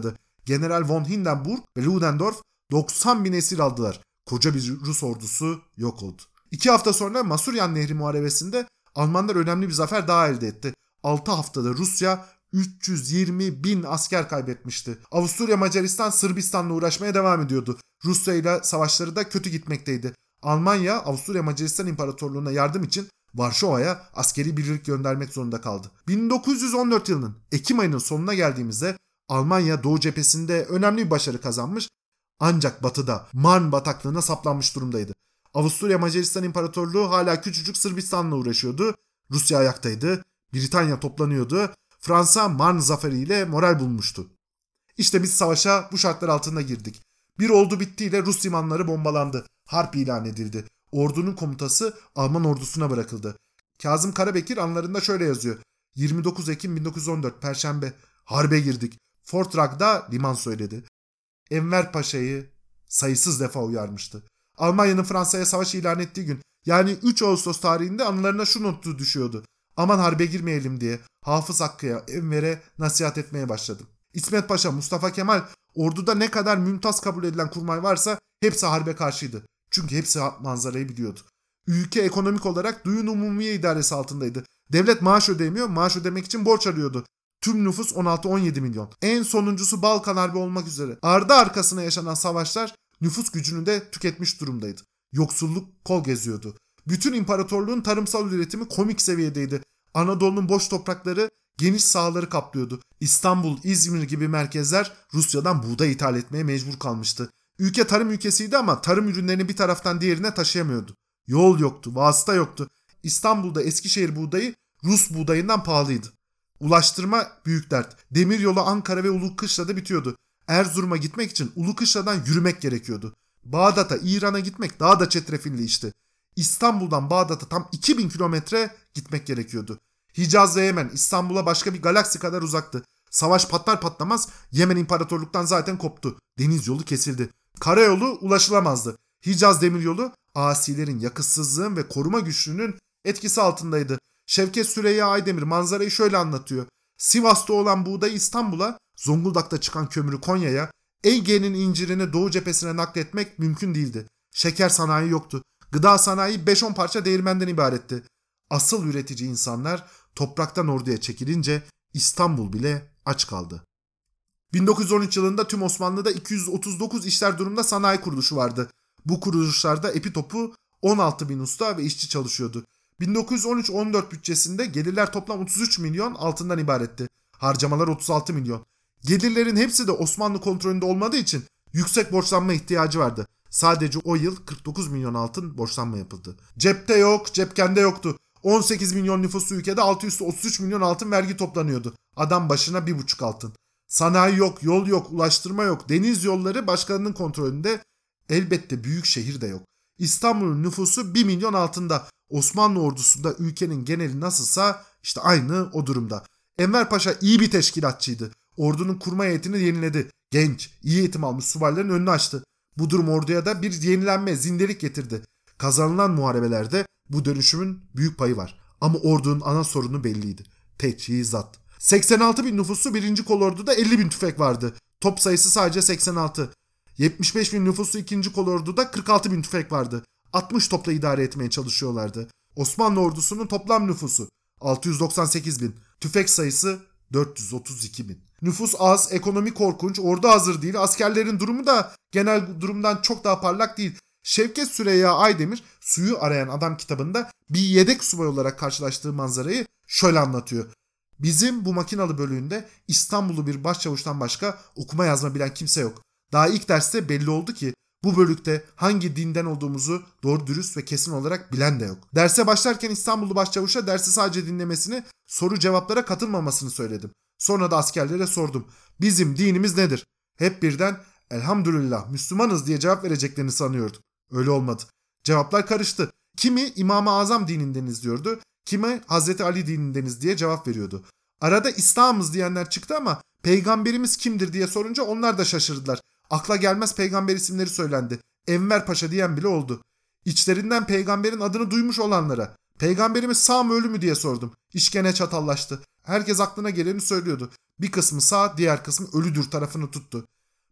General von Hindenburg ve Ludendorff doksan bin esir aldılar. Koca bir Rus ordusu yok oldu. İki hafta sonra Masuryan Nehri Muharebesi'nde Almanlar önemli bir zafer daha elde etti. altı haftada Rusya üç yüz yirmi bin asker kaybetmişti. Avusturya Macaristan Sırbistan'la uğraşmaya devam ediyordu. Rusya ile savaşları da kötü gitmekteydi. Almanya Avusturya Macaristan İmparatorluğu'na yardım için Varşova'ya askeri birlik göndermek zorunda kaldı. bin dokuz yüz on dört yılının Ekim ayının sonuna geldiğimizde Almanya Doğu cephesinde önemli bir başarı kazanmış, ancak batıda Marne bataklığına saplanmış durumdaydı. Avusturya Macaristan İmparatorluğu hala küçücük Sırbistan'la uğraşıyordu. Rusya ayaktaydı. Britanya toplanıyordu. Fransa Marne zaferiyle moral bulmuştu. İşte biz savaşa bu şartlar altında girdik. Bir oldu bittiyle Rus limanları bombalandı. Harp ilan edildi. Ordunun komutası Alman ordusuna bırakıldı. Kazım Karabekir anlarında şöyle yazıyor. yirmi dokuz Ekim bin dokuz yüz on dört Perşembe. Harbe girdik. Fort Rugg'da liman söyledi. Enver Paşa'yı sayısız defa uyarmıştı. Almanya'nın Fransa'ya savaş ilan ettiği gün, yani üç Ağustos tarihinde anılarına şu notu düşüyordu. Aman harbe girmeyelim diye Hafız Hakkı'ya, Enver'e nasihat etmeye başladım. İsmet Paşa, Mustafa Kemal, orduda ne kadar mümtaz kabul edilen kurmay varsa hepsi harbe karşıydı. Çünkü hepsi manzarayı biliyordu. Ülke ekonomik olarak duyun umumiye idaresi altındaydı. Devlet maaş ödeyemiyor, maaş ödemek için borç arıyordu. Tüm nüfus on altı on yedi milyon. En sonuncusu Balkan Harbi olmak üzere. Ardı arkasına yaşanan savaşlar nüfus gücünü de tüketmiş durumdaydı. Yoksulluk kol geziyordu. Bütün imparatorluğun tarımsal üretimi komik seviyedeydi. Anadolu'nun boş toprakları geniş sahaları kaplıyordu. İstanbul, İzmir gibi merkezler Rusya'dan buğday ithal etmeye mecbur kalmıştı. Ülke tarım ülkesiydi ama tarım ürünlerini bir taraftan diğerine taşıyamıyordu. Yol yoktu, vasıta yoktu. İstanbul'da Eskişehir buğdayı Rus buğdayından pahalıydı. Ulaştırma büyük dert. Demiryolu Ankara ve Ulukışla'da bitiyordu. Erzurum'a gitmek için Ulukışla'dan yürümek gerekiyordu. Bağdat'a, İran'a gitmek daha da çetrefilli işti. İstanbul'dan Bağdat'a tam iki bin kilometre gitmek gerekiyordu. Hicaz ve Yemen İstanbul'a başka bir galaksi kadar uzaktı. Savaş patlar patlamaz Yemen İmparatorluk'tan zaten koptu. Deniz yolu kesildi. Karayolu ulaşılamazdı. Hicaz demiryolu asilerin yakıtsızlığın ve koruma güçlüğünün etkisi altındaydı. Şevket Süreyya Aydemir manzarayı şöyle anlatıyor. Sivas'ta olan buğdayı İstanbul'a, Zonguldak'ta çıkan kömürü Konya'ya, Ege'nin incirini Doğu cephesine nakletmek mümkün değildi. Şeker sanayi yoktu. Gıda sanayi beş on parça değirmenden ibaretti. Asıl üretici insanlar topraktan orduya çekilince İstanbul bile aç kaldı. bin dokuz yüz on üç yılında tüm Osmanlı'da iki yüz otuz dokuz işler durumda sanayi kuruluşu vardı. Bu kuruluşlarda epi topu on altı bin usta ve işçi çalışıyordu. bin dokuz yüz on üç on dört bütçesinde gelirler toplam otuz üç milyon altından ibaretti. Harcamalar otuz altı milyon. Gelirlerin hepsi de Osmanlı kontrolünde olmadığı için yüksek borçlanma ihtiyacı vardı. Sadece o yıl kırk dokuz milyon altın borçlanma yapıldı. Cepte yok, cepkende yoktu. on sekiz milyon nüfuslu ülkede altı yüz otuz üç milyon altın vergi toplanıyordu. Adam başına bir buçuk altın. Sanayi yok, yol yok, ulaştırma yok. Deniz yolları başkanının kontrolünde. Elbette büyük şehir de yok. İstanbul'un nüfusu bir milyon altında. Osmanlı ordusunda ülkenin geneli nasılsa işte aynı o durumda. Enver Paşa iyi bir teşkilatçıydı. Ordunun kurmay heyetini yeniledi. Genç, iyi eğitim almış subayların önünü açtı. Bu durum orduya da bir yenilenme, zindelik getirdi. Kazanılan muharebelerde bu dönüşümün büyük payı var. Ama ordunun ana sorunu belliydi. Teçhizat. seksen altı bin nüfuslu birinci kolorduda elli bin tüfek vardı. Top sayısı sadece seksen altı. yetmiş beş bin nüfuslu ikinci kolorduda kırk altı bin tüfek vardı. altmış topla idare etmeye çalışıyorlardı. Osmanlı ordusunun toplam nüfusu altı yüz doksan sekiz bin. Tüfek sayısı dört yüz otuz iki bin. Nüfus az, ekonomi korkunç, ordu hazır değil. Askerlerin durumu da genel durumdan çok daha parlak değil. Şevket Süreyya Aydemir Suyu Arayan Adam kitabında bir yedek subay olarak karşılaştığı manzarayı şöyle anlatıyor. Bizim bu makinalı bölüğünde İstanbullu bir başçavuştan başka okuma yazma bilen kimse yok. Daha ilk derste belli oldu ki bu bölükte hangi dinden olduğumuzu doğru dürüst ve kesin olarak bilen de yok. Derse başlarken İstanbullu başçavuşa dersi sadece dinlemesini, soru cevaplara katılmamasını söyledim. Sonra da askerlere sordum. Bizim dinimiz nedir? Hep birden elhamdülillah Müslümanız diye cevap vereceklerini sanıyordum. Öyle olmadı. Cevaplar karıştı. Kimi İmam-ı Azam dinindeniz diyordu, kimi Hazreti Ali dinindeniz diye cevap veriyordu. Arada İslam'ız diyenler çıktı ama peygamberimiz kimdir diye sorunca onlar da şaşırdılar. Akla gelmez peygamber isimleri söylendi. Enver Paşa diyen bile oldu. İçlerinden peygamberin adını duymuş olanlara peygamberimiz sağ mı ölü mü diye sordum. İş gene çatallaştı. Herkes aklına geleni söylüyordu. Bir kısmı sağ, diğer kısmı ölüdür tarafını tuttu.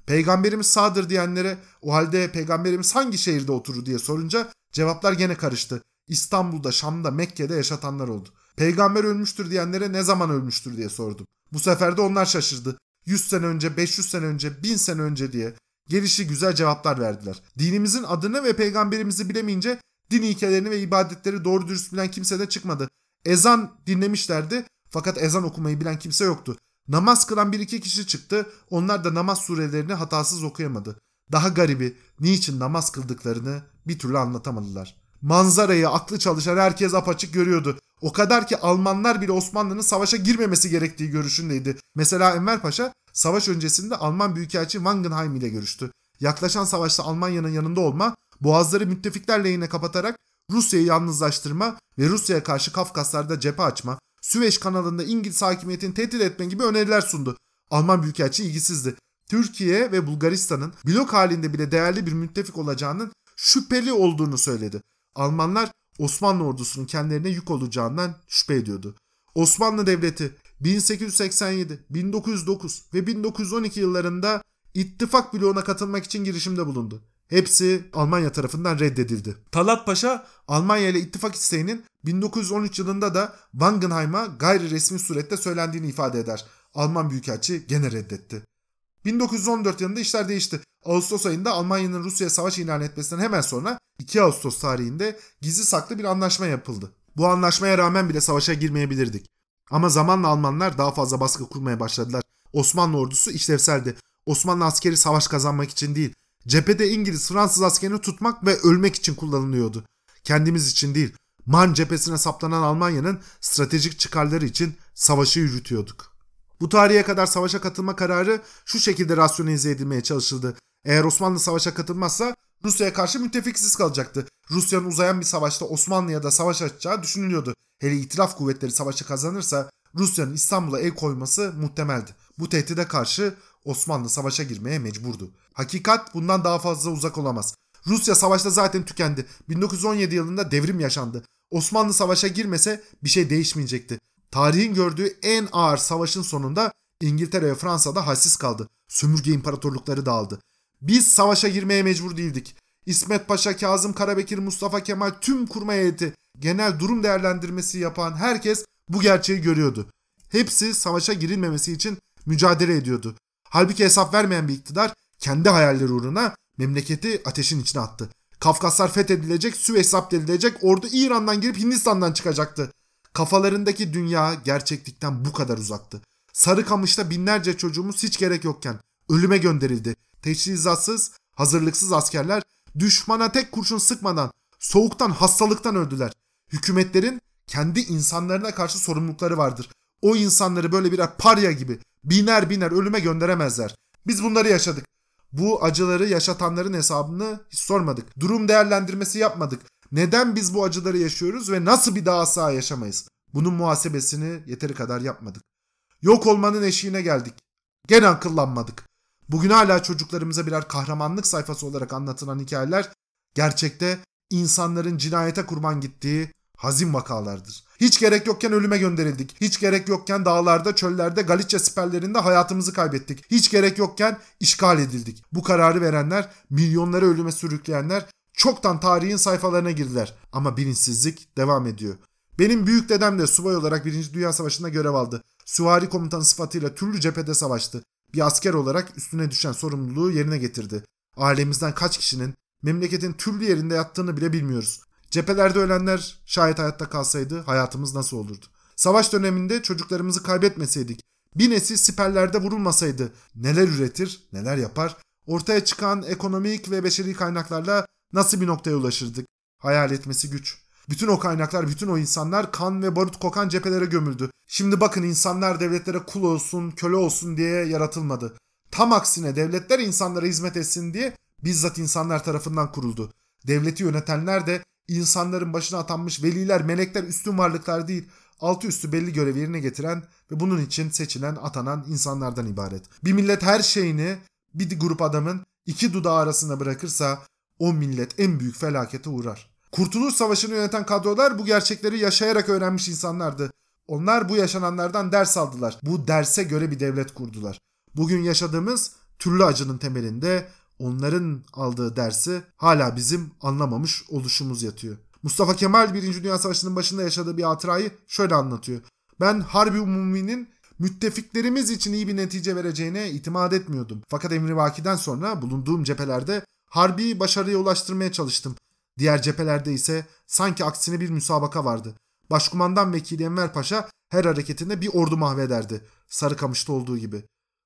Peygamberimiz sağdır diyenlere o halde peygamberimiz hangi şehirde oturur diye sorunca cevaplar gene karıştı. İstanbul'da, Şam'da, Mekke'de yaşatanlar oldu. Peygamber ölmüştür diyenlere ne zaman ölmüştür diye sordum. Bu sefer de onlar şaşırdı. yüz sene önce, beş yüz sene önce, bin sene önce diye gelişi güzel cevaplar verdiler. Dinimizin adını ve peygamberimizi bilemeyince din ilkelerini ve ibadetleri doğru dürüst bilen kimse de çıkmadı. Ezan dinlemişlerdi fakat ezan okumayı bilen kimse yoktu. Namaz kılan bir iki kişi çıktı, onlar da namaz surelerini hatasız okuyamadı. Daha garibi, niçin namaz kıldıklarını bir türlü anlatamadılar. Manzarayı aklı çalışan herkes apaçık görüyordu. O kadar ki Almanlar bile Osmanlı'nın savaşa girmemesi gerektiği görüşündeydi. Mesela Enver Paşa savaş öncesinde Alman Büyükelçi Wangenheim ile görüştü. Yaklaşan savaşta Almanya'nın yanında olma, boğazları müttefikler lehine kapatarak Rusya'yı yalnızlaştırma ve Rusya'ya karşı Kafkaslar'da cephe açma, Süveyş kanalında İngiliz hakimiyetini tehdit etme gibi öneriler sundu. Alman Büyükelçi ilgisizdi. Türkiye ve Bulgaristan'ın blok halinde bile değerli bir müttefik olacağının şüpheli olduğunu söyledi. Almanlar Osmanlı ordusunun kendilerine yük olacağından şüphe ediyordu. Osmanlı Devleti bin sekiz yüz seksen yedi, bin dokuz yüz dokuz ve bin dokuz yüz on iki yıllarında ittifak bloğuna katılmak için girişimde bulundu. Hepsi Almanya tarafından reddedildi. Talat Paşa Almanya ile ittifak isteğinin bin dokuz yüz on üç yılında da Wangenheim'a gayri resmi surette söylendiğini ifade eder. Alman Büyükelçi gene reddetti. bin dokuz yüz on dört yılında işler değişti. Ağustos ayında Almanya'nın Rusya'ya savaş ilan etmesinden hemen sonra iki Ağustos tarihinde gizli saklı bir anlaşma yapıldı. Bu anlaşmaya rağmen bile savaşa girmeyebilirdik. Ama zamanla Almanlar daha fazla baskı kurmaya başladılar. Osmanlı ordusu işlevseldi. Osmanlı askeri savaş kazanmak için değil, cephede İngiliz, Fransız askerini tutmak ve ölmek için kullanılıyordu. Kendimiz için değil, Marne cephesine saplanan Almanya'nın stratejik çıkarları için savaşı yürütüyorduk. Bu tarihe kadar savaşa katılma kararı şu şekilde rasyonize edilmeye çalışıldı. Eğer Osmanlı savaşa katılmazsa Rusya'ya karşı müttefiksiz kalacaktı. Rusya'nın uzayan bir savaşta Osmanlı'ya da savaş açacağı düşünülüyordu. Hele itilaf kuvvetleri savaşı kazanırsa Rusya'nın İstanbul'a el koyması muhtemeldi. Bu tehdide karşı Osmanlı savaşa girmeye mecburdu. Hakikat bundan daha fazla uzak olamaz. Rusya savaşta zaten tükendi. bin dokuz yüz on yedi yılında devrim yaşandı. Osmanlı savaşa girmese bir şey değişmeyecekti. Tarihin gördüğü en ağır savaşın sonunda İngiltere ve Fransa'da halsiz kaldı. Sömürge imparatorlukları dağıldı. Biz savaşa girmeye mecbur değildik. İsmet Paşa, Kazım Karabekir, Mustafa Kemal, tüm kurmay heyeti, genel durum değerlendirmesi yapan herkes bu gerçeği görüyordu. Hepsi savaşa girilmemesi için mücadele ediyordu. Halbuki hesap vermeyen bir iktidar kendi hayalleri uğruna memleketi ateşin içine attı. Kafkaslar fethedilecek, Süveyş zapt edilecek, ordu İran'dan girip Hindistan'dan çıkacaktı. Kafalarındaki dünya gerçeklikten bu kadar uzaktı. Sarıkamış'ta binlerce çocuğumuz hiç gerek yokken ölüme gönderildi. Teçhizatsız, hazırlıksız askerler düşmana tek kurşun sıkmadan, soğuktan, hastalıktan öldüler. Hükümetlerin kendi insanlarına karşı sorumlulukları vardır. O insanları böyle birer parya gibi biner biner ölüme gönderemezler. Biz bunları yaşadık. Bu acıları yaşatanların hesabını hiç sormadık. Durum değerlendirmesi yapmadık. Neden biz bu acıları yaşıyoruz ve nasıl bir daha asla yaşamayız? Bunun muhasebesini yeteri kadar yapmadık. Yok olmanın eşiğine geldik. Gene akıllanmadık. Bugün hala çocuklarımıza birer kahramanlık sayfası olarak anlatılan hikayeler gerçekte insanların cinayete kurban gittiği hazin vakalardır. Hiç gerek yokken ölüme gönderildik. Hiç gerek yokken dağlarda, çöllerde, Galicia siperlerinde hayatımızı kaybettik. Hiç gerek yokken işgal edildik. Bu kararı verenler, milyonları ölüme sürükleyenler çoktan tarihin sayfalarına girdiler. Ama bilinçsizlik devam ediyor. Benim büyük dedem de subay olarak Birinci Dünya Savaşı'nda görev aldı. Süvari komutanı sıfatıyla türlü cephede savaştı. Bir asker olarak üstüne düşen sorumluluğu yerine getirdi. Ailemizden kaç kişinin memleketin türlü yerinde yattığını bile bilmiyoruz. Cephelerde ölenler şayet hayatta kalsaydı hayatımız nasıl olurdu? Savaş döneminde çocuklarımızı kaybetmeseydik, bir nesil siperlerde vurulmasaydı neler üretir, neler yapar? Ortaya çıkan ekonomik ve beşeri kaynaklarla nasıl bir noktaya ulaşırdık? Hayal etmesi güç. Bütün o kaynaklar, bütün o insanlar kan ve barut kokan cephelere gömüldü. Şimdi bakın, insanlar devletlere kul olsun, köle olsun diye yaratılmadı. Tam aksine devletler insanlara hizmet etsin diye bizzat insanlar tarafından kuruldu. Devleti yönetenler de insanların başına atanmış veliler, melekler, üstün varlıklar değil, altı üstü belli görevi yerine getiren ve bunun için seçilen, atanan insanlardan ibaret. Bir millet her şeyini bir grup adamın iki dudağı arasında bırakırsa o millet en büyük felakete uğrar. Kurtuluş Savaşı'nı yöneten kadrolar bu gerçekleri yaşayarak öğrenmiş insanlardı. Onlar bu yaşananlardan ders aldılar. Bu derse göre bir devlet kurdular. Bugün yaşadığımız türlü acının temelinde onların aldığı dersi hala bizim anlamamış oluşumuz yatıyor. Mustafa Kemal Birinci Dünya Savaşı'nın başında yaşadığı bir hatırayı şöyle anlatıyor. Ben Harbi Umumi'nin müttefiklerimiz için iyi bir netice vereceğine itimat etmiyordum. Fakat emrivakiden sonra bulunduğum cephelerde harbi başarıya ulaştırmaya çalıştım. Diğer cephelerde ise sanki aksine bir müsabaka vardı. Başkumandan Vekili Enver Paşa her hareketinde bir ordu mahvederdi. Sarıkamış'ta olduğu gibi.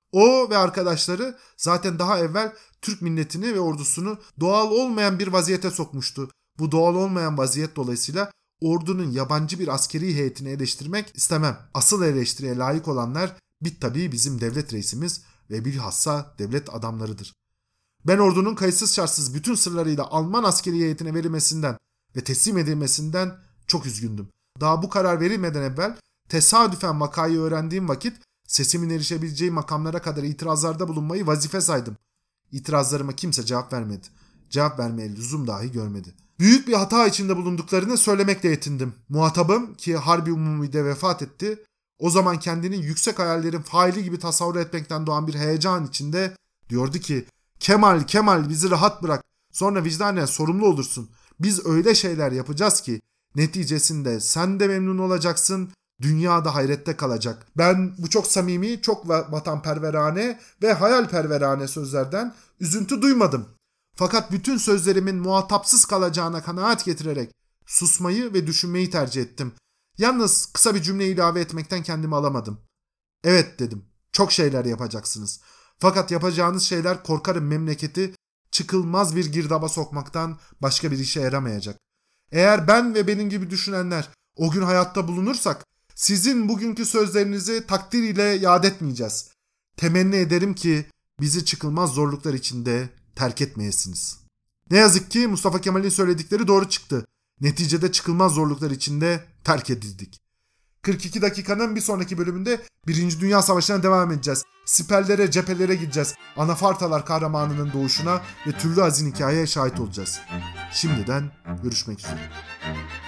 O ve arkadaşları zaten daha evvel Türk milletini ve ordusunu doğal olmayan bir vaziyete sokmuştu. Bu doğal olmayan vaziyet dolayısıyla ordunun yabancı bir askeri heyetini eleştirmek istemem. Asıl eleştiriye layık olanlar bit tabii bizim devlet reisimiz ve bilhassa devlet adamlarıdır. Ben ordunun kayıtsız şartsız bütün sırlarıyla Alman askeri heyetine verilmesinden ve teslim edilmesinden çok üzgündüm. Daha bu karar verilmeden evvel tesadüfen vakayı öğrendiğim vakit sesimin erişebileceği makamlara kadar itirazlarda bulunmayı vazife saydım. İtirazlarıma kimse cevap vermedi. Cevap vermeye lüzum dahi görmedi. Büyük bir hata içinde bulunduklarını söylemekle yetindim. Muhatabım ki Harbi Umumi'de vefat etti, o zaman kendini yüksek hayallerin faili gibi tasavvur etmekten doğan bir heyecan içinde diyordu ki Kemal Kemal bizi rahat bırak, sonra vicdanen sorumlu olursun. Biz öyle şeyler yapacağız ki neticesinde sen de memnun olacaksın, dünya da hayrette kalacak. Ben bu çok samimi, çok vatanperverane ve hayalperverane sözlerden üzüntü duymadım. Fakat bütün sözlerimin muhatapsız kalacağına kanaat getirerek susmayı ve düşünmeyi tercih ettim. Yalnız kısa bir cümle ilave etmekten kendimi alamadım. Evet dedim, çok şeyler yapacaksınız. Fakat yapacağınız şeyler korkarım memleketi çıkılmaz bir girdaba sokmaktan başka bir işe yaramayacak. Eğer ben ve benim gibi düşünenler o gün hayatta bulunursak sizin bugünkü sözlerinizi takdir ile yad etmeyeceğiz. Temenni ederim ki bizi çıkılmaz zorluklar içinde terk etmeyesiniz. Ne yazık ki Mustafa Kemal'in söyledikleri doğru çıktı. Neticede çıkılmaz zorluklar içinde terk edildik. kırk iki dakikanın bir sonraki bölümünde Birinci Dünya Savaşı'na devam edeceğiz. Siperlere, cephelere gideceğiz. Anafartalar kahramanının doğuşuna ve türlü hazin hikayeye şahit olacağız. Şimdiden görüşmek üzere.